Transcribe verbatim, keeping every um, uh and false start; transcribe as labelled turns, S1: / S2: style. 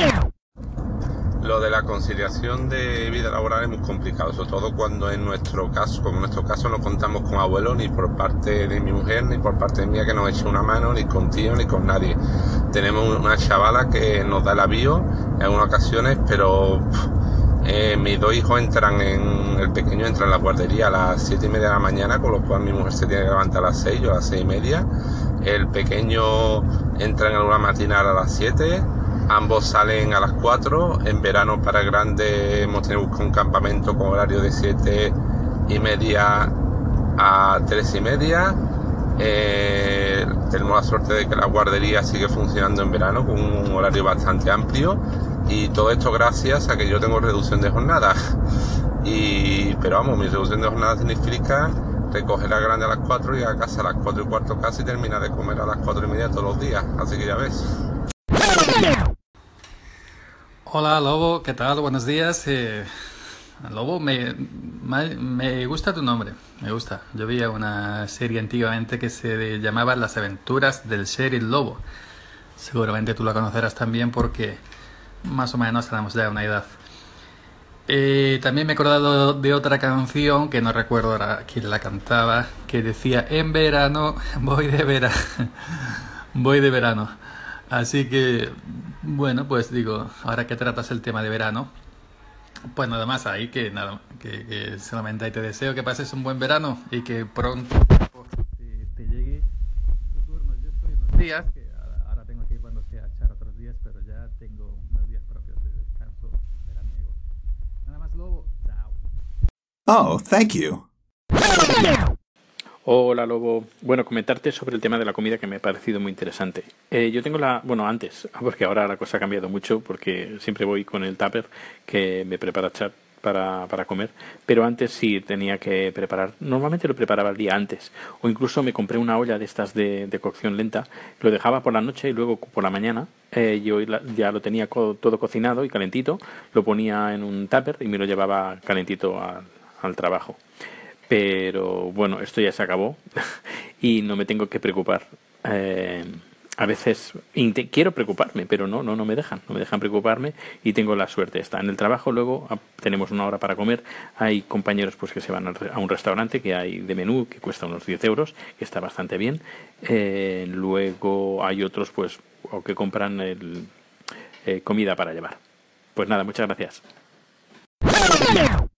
S1: Lo de la conciliación de vida laboral es muy complicado, sobre todo cuando en nuestro caso, como en nuestro caso no contamos con abuelos ni por parte de mi mujer, ni por parte mía que nos eche una mano, ni con tío, ni con nadie. Tenemos una chavala que nos da el avío en algunas ocasiones, pero eh, mis dos hijos entran en, el pequeño entra en la guardería a las siete y media de la mañana, con lo cual mi mujer se tiene que levantar a las seis, yo a las seis y media. El pequeño entra en alguna matinal a las siete. Ambos salen a las cuatro. En verano para el grande hemos tenido que buscar un campamento con horario de siete y media a tres y media. Eh, tenemos la suerte de que la guardería sigue funcionando en verano con un horario bastante amplio, y todo esto gracias a que yo tengo reducción de jornada. Y, pero vamos, mi reducción de jornada significa recoger a grande a las cuatro y a casa a las cuatro y cuarto casi, y terminar de comer a las cuatro y media todos los días, así que ya ves.
S2: Hola Lobo, ¿qué tal? Buenos días. Eh, Lobo, me, me, me gusta tu nombre, me gusta. Yo vi una serie antiguamente que se llamaba Las aventuras del Sheriff Lobo. Seguramente tú la conocerás también porque más o menos tenemos ya una edad. Eh, también me he acordado de otra canción que no recuerdo ahora quién la cantaba, que decía: en verano voy de verano, voy de verano. Así que, bueno, pues digo, ahora que tratas el tema de verano, pues nada más ahí que nada, que, que solamente ahí te deseo que pases un buen verano y que pronto te, te llegue tu turno. Yo estoy unos días, que ahora, ahora tengo que ir cuando sea a echar otros días, pero ya tengo unos días propios de descanso veraniego. Nada más, Lobo, chao.
S3: Oh, thank you.
S4: Hola Lobo. Bueno, comentarte sobre el tema de la comida que me ha parecido muy interesante. Eh, yo tengo la, bueno, antes, porque ahora la cosa ha cambiado mucho, porque siempre voy con el tupper que me prepara Chat para, para comer, pero antes sí tenía que preparar, normalmente lo preparaba el día antes, o incluso me compré una olla de estas de, de cocción lenta, lo dejaba por la noche y luego por la mañana eh, yo ya lo tenía co- todo cocinado y calentito, lo ponía en un tupper y me lo llevaba calentito al, al trabajo. Pero bueno, esto ya se acabó y no me tengo que preocupar. Eh, a veces inte- quiero preocuparme, pero no, no, no me dejan, no me dejan preocuparme, y tengo la suerte esta. En el trabajo luego ah, tenemos una hora para comer. Hay compañeros pues que se van al re- a un restaurante que hay de menú que cuesta unos diez euros, que está bastante bien. Eh, luego hay otros pues o que compran el, eh, comida para llevar. Pues nada, muchas gracias.